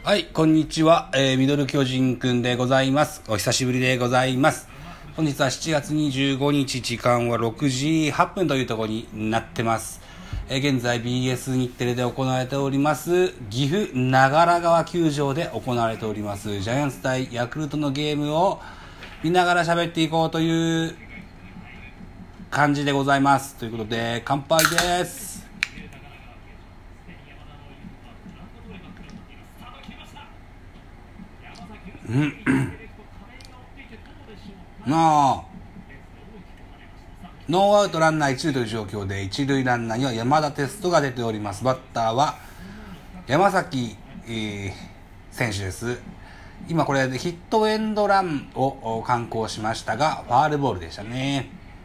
はい、こんにちは、ミドル巨人くんでございます。お久しぶりでございます。本日は7月25日、時間は6時8分というところになってます。現在 BS 日テレで行われております岐阜長良川球場で行われておりますジャイアンツ対ヤクルトのゲームを見ながら喋っていこうという感じでございます。ということで乾杯です。ノーアウトランナー一塁という状況で一塁ランナーには山田哲人が出ております。バッターは山崎、選手です。今これでヒットエンドランを敢行しましたがファールボールでしたね。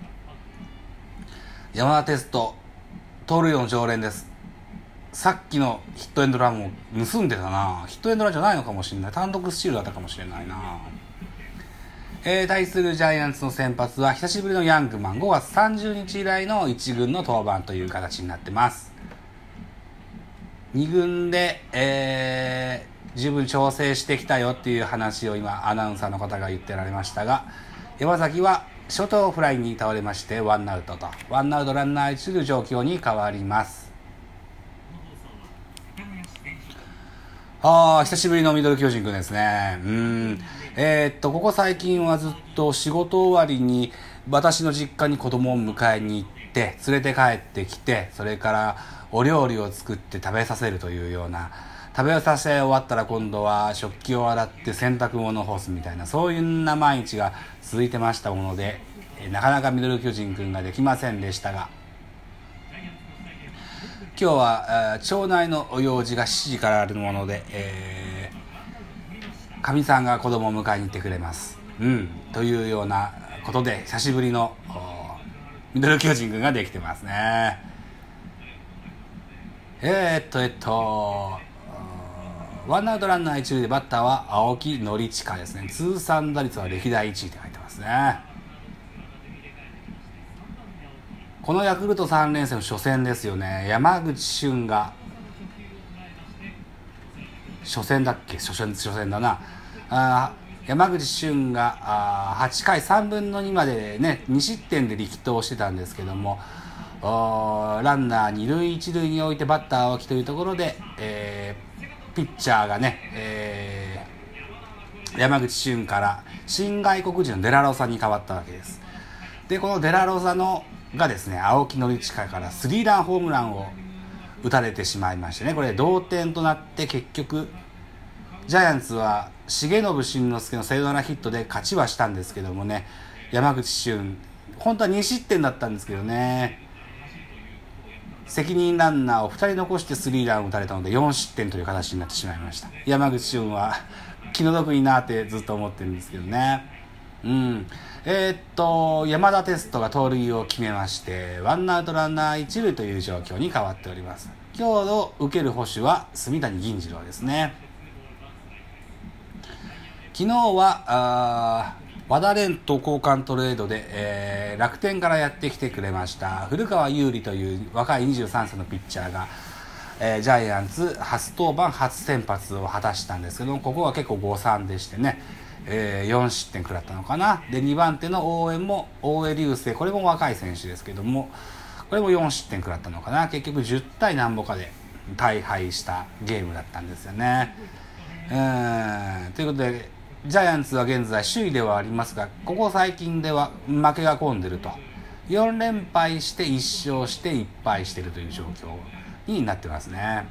山田哲人盗塁王の常連です。さっきのヒットエンドランを盗んでたな。ヒットエンドランじゃないのかもしれない。単独スチールだったかもしれないな。対するジャイアンツの先発は久しぶりのヤングマン、5月30日以来の1軍の登板という形になってます。2軍で、十分調整してきたよっていう話を今アナウンサーの方が言ってられましたが、山崎は初頭フライに倒れましてワンアウトランナー1塁状況に変わります。久しぶりのミドル巨人くんですね。ここ最近はずっと仕事終わりに私の実家に子供を迎えに行って連れて帰ってきて、それからお料理を作って食べさせるというような、食べさせ終わったら今度は食器を洗って洗濯物を干すみたいな、そういうな毎日が続いてましたもので、なかなかミドル巨人くんができませんでしたが、今日は町内の用事が7時からあるもので、かみさんが子供を迎えに行ってくれます。というようなことで久しぶりのミドル巨人くんができてますね。ワンアウトランナー一塁でバッターは青木宣親ですね。通算打率は歴代1位って書いてますね。このヤクルト3連戦の初戦ですよね。山口俊が初戦だな。山口俊が8回3分の2までね2失点で力投してたんですけども、ランナー2塁1塁に置いてバッター青木というところで、ピッチャーがね、山口俊から新外国人のデラロサに変わったわけです。でこのデラロサがですね、青木宣親からスリーランホームランを打たれてしまいましてね、これ同点となって結局ジャイアンツは重信慎之介のサヨナラヒットで勝ちはしたんですけどもね、山口俊本当は2失点だったんですけどね、責任ランナーを2人残してスリーランを打たれたので4失点という形になってしまいました。山口俊は気の毒いなってずっと思ってるんですけどね。山田哲人が盗塁を決めましてワンアウトランナー一塁という状況に変わっております。今日の受ける捕手は住谷銀次郎ですね。昨日は和田蓮と交換トレードで、楽天からやってきてくれました古川優里という若い23歳のピッチャーが、ジャイアンツ初登板初先発を果たしたんですけども、ここは結構誤算でしてね、4失点食らったのかな。で2番手の大江流星、これも若い選手ですけども、これも4失点食らったのかな。結局10対何ぼかで大敗したゲームだったんですよね。ということでジャイアンツは現在首位ではありますが、ここ最近では負けが込んでると、4連敗して1勝して1敗しているという状況になってますね。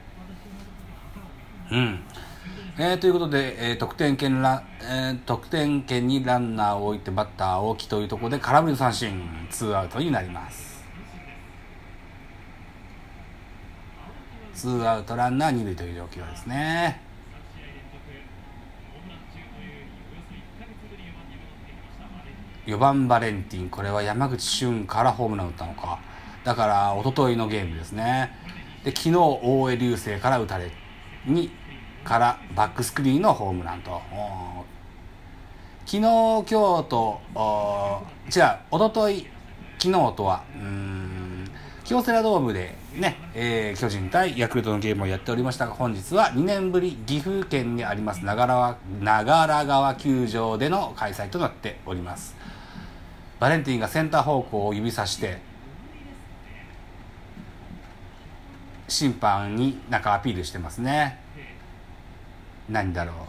ということで、得点圏にランナーを置いてバッター青木というところで空振り三振、2アウトになります。2アウトランナー2塁という状況ですね。4番バレンティン、これは山口俊からホームラン打ったのか。だから一昨日のゲームですね。で昨日大江流星から打たれからバックスクリーンのホームランと、昨日今日と一昨日昨日とは京セラドームでね、巨人対ヤクルトのゲームをやっておりましたが、本日は2年ぶり岐阜県にあります長良川球場での開催となっております。バレンティンがセンター方向を指さして審判になんかアピールしてますね。何だろう。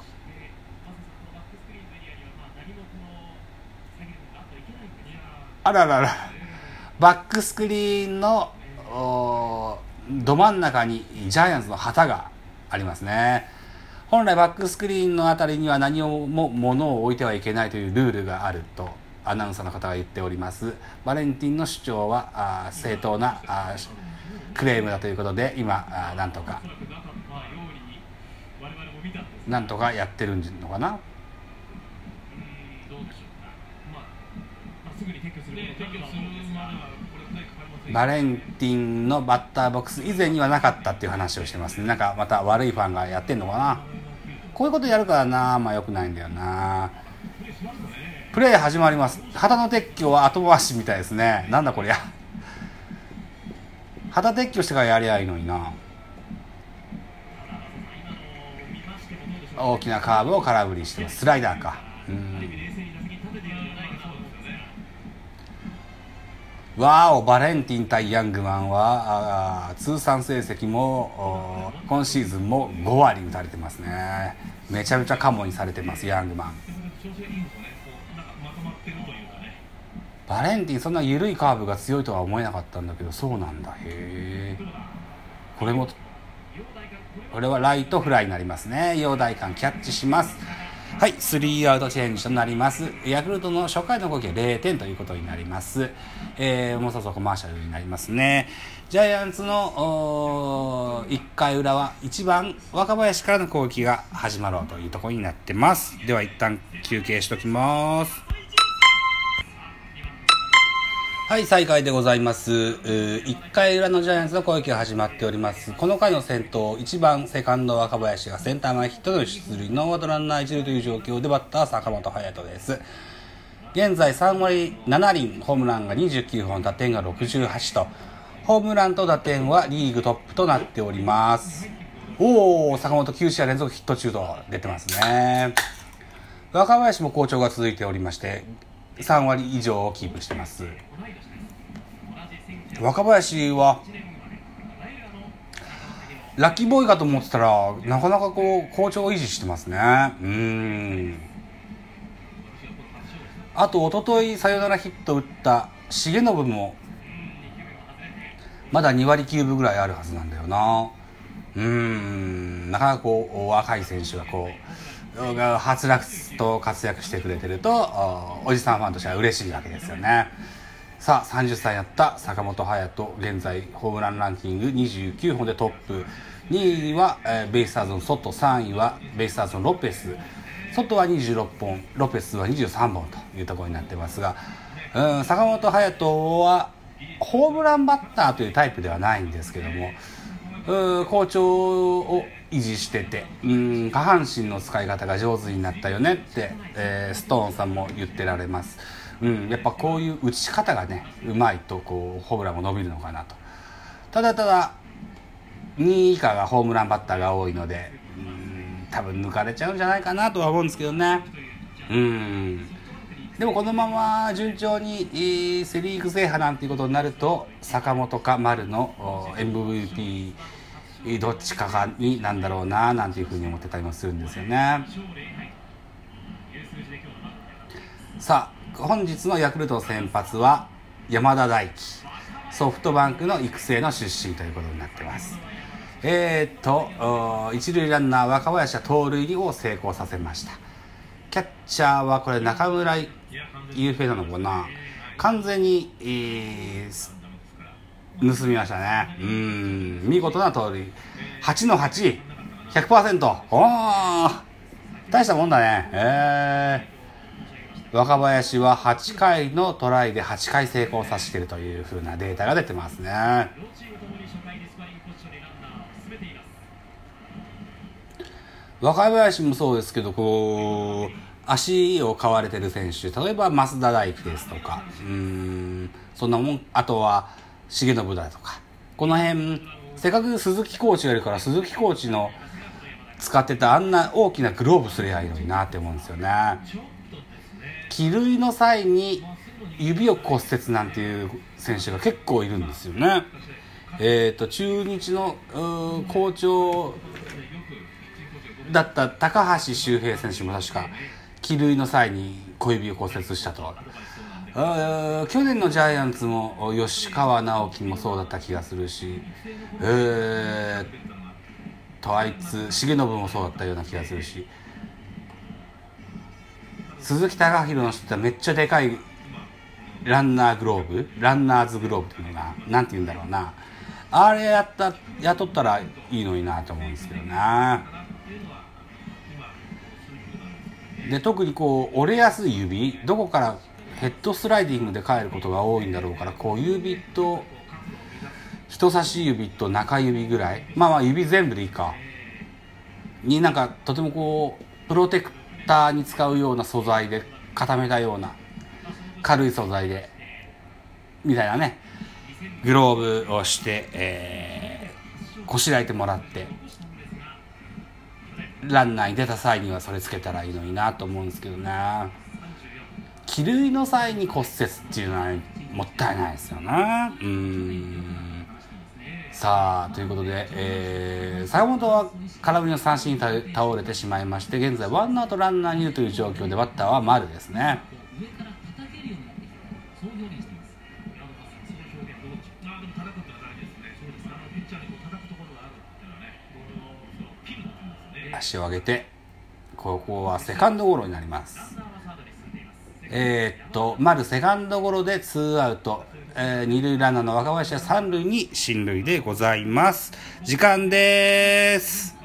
あららら、バックスクリーンのど真ん中にジャイアンツの旗がありますね。本来バックスクリーンのあたりには何も物を置いてはいけないというルールがあるとアナウンサーの方が言っております。バレンティンの主張は正当なクレームだということで、今なんとかやってるのかな。バレンティンのバッターボックス以前にはなかったっていう話をしてますね。なんかまた悪いファンがやってんのかな。こういうことやるからな、良くないんだよな。プレー始まります。旗の撤去は後回しみたいですね。なんだこりゃ。旗撤去してからやりゃいいのにな。大きなカーブを空振りしてます。スライダーか。わお、バレンティン対ヤングマンは通算成績も今シーズンも5割打たれてますね。めちゃめちゃカモにされてます、ヤングマン。バレンティンそんな緩いカーブが強いとは思えなかったんだけど、そうなんだ。へえ。これはライトフライになりますね。陽大館キャッチします。はい、3アウトチェンジとなります。ヤクルトの初回の攻撃は0点ということになります。もうそろそろコマーシャルになりますね。ジャイアンツの1回裏は1番若林からの攻撃が始まろうというところになってます。では一旦休憩しときます。はい、再開でございます。1回裏のジャイアンツの攻撃が始まっております。この回の先頭、1番セカンド若林がセンター前ヒットの出塁、ノーアウトランナー1塁という状況でバッター坂本勇人です。現在3割7厘、ホームランが29本、打点が68と、ホームランと打点はリーグトップとなっております。坂本9試合連続ヒット中と出てますね。若林も好調が続いておりまして、3割以上をキープしてます。若林はラッキーボーイかと思ってたらなかなか好調を維持してますね。あと一昨日サヨナラヒットを打った重信もまだ2割9分ぐらいあるはずなんだよな。なかなか若い選手がはつらつと活躍してくれてるとおじさんファンとしては嬉しいわけですよね。さあ30歳やった坂本勇人、現在ホームランランキング29本でトップ、2位はベイスターズのソト、3位はベイスターズのロペス。ソトは26本、ロペスは23本というところになってますが、坂本勇人はホームランバッターというタイプではないんですけども、好調を維持してて、下半身の使い方が上手になったよねって、ストーンさんも言ってられます。やっぱこういう打ち方がねうまいとホームランも伸びるのかなと。ただ2位以下がホームランバッターが多いので多分抜かれちゃうんじゃないかなとは思うんですけどね。でもこのまま順調にセリーグ制覇なんていうことになると坂本か丸の MVP どっちかになんだろうななんていうふうに思ってたりもするんですよね。さあ本日のヤクルトの先発は山田大輝、ソフトバンクの育成の出身ということになってます。一塁ランナー若林は盗塁を成功させました。キャッチャーはこれ中村悠平なのかな、完全に、盗みましたね。見事な盗塁、8の8、100%。大したもんだね。若林は8回のトライで8回成功させているという風なデータが出てますね。若林もそうですけど足を買われてる選手、例えば増田大輝ですとかそんなもん。あとは重信だとか、この辺せっかく鈴木コーチがいるから、鈴木コーチの使ってたあんな大きなグローブすればいいのになって思うんですよね。帰塁の際に指を骨折なんていう選手が結構いるんですよね。中日の好調だった高橋周平選手も確か帰塁の際に小指を骨折したと。去年のジャイアンツも吉川直樹もそうだった気がするし、あいつ重信もそうだったような気がするし、鈴木貴弘の人ってめっちゃでかいランナーズグローブっていうのがなんて言うんだろうな、あれ雇ったらいいのになと思うんですけどな。で特にこう折れやすい指、どこからヘッドスライディングで帰ることが多いんだろうから、小指と人差し指と中指ぐらい、まあ指全部でいいかに、なんかとてもこうプロテクターに使うような素材で固めたような軽い素材でみたいなね、グローブをして、こしらえてもらって、ランナーに出た際にはそれつけたらいいのになと思うんですけどね。帰塁の際に骨折っていうのはもったいないですよね。さあということで、坂本は空振りの三振に倒れてしまいまして、現在ワンアウトランナー2塁という状況で、バッターは丸ですね。足を上げて、ここはセカンドゴロになります。丸セカンドゴロでツーアウト、二塁ランナーの若林は三塁に進塁でございます。時間です。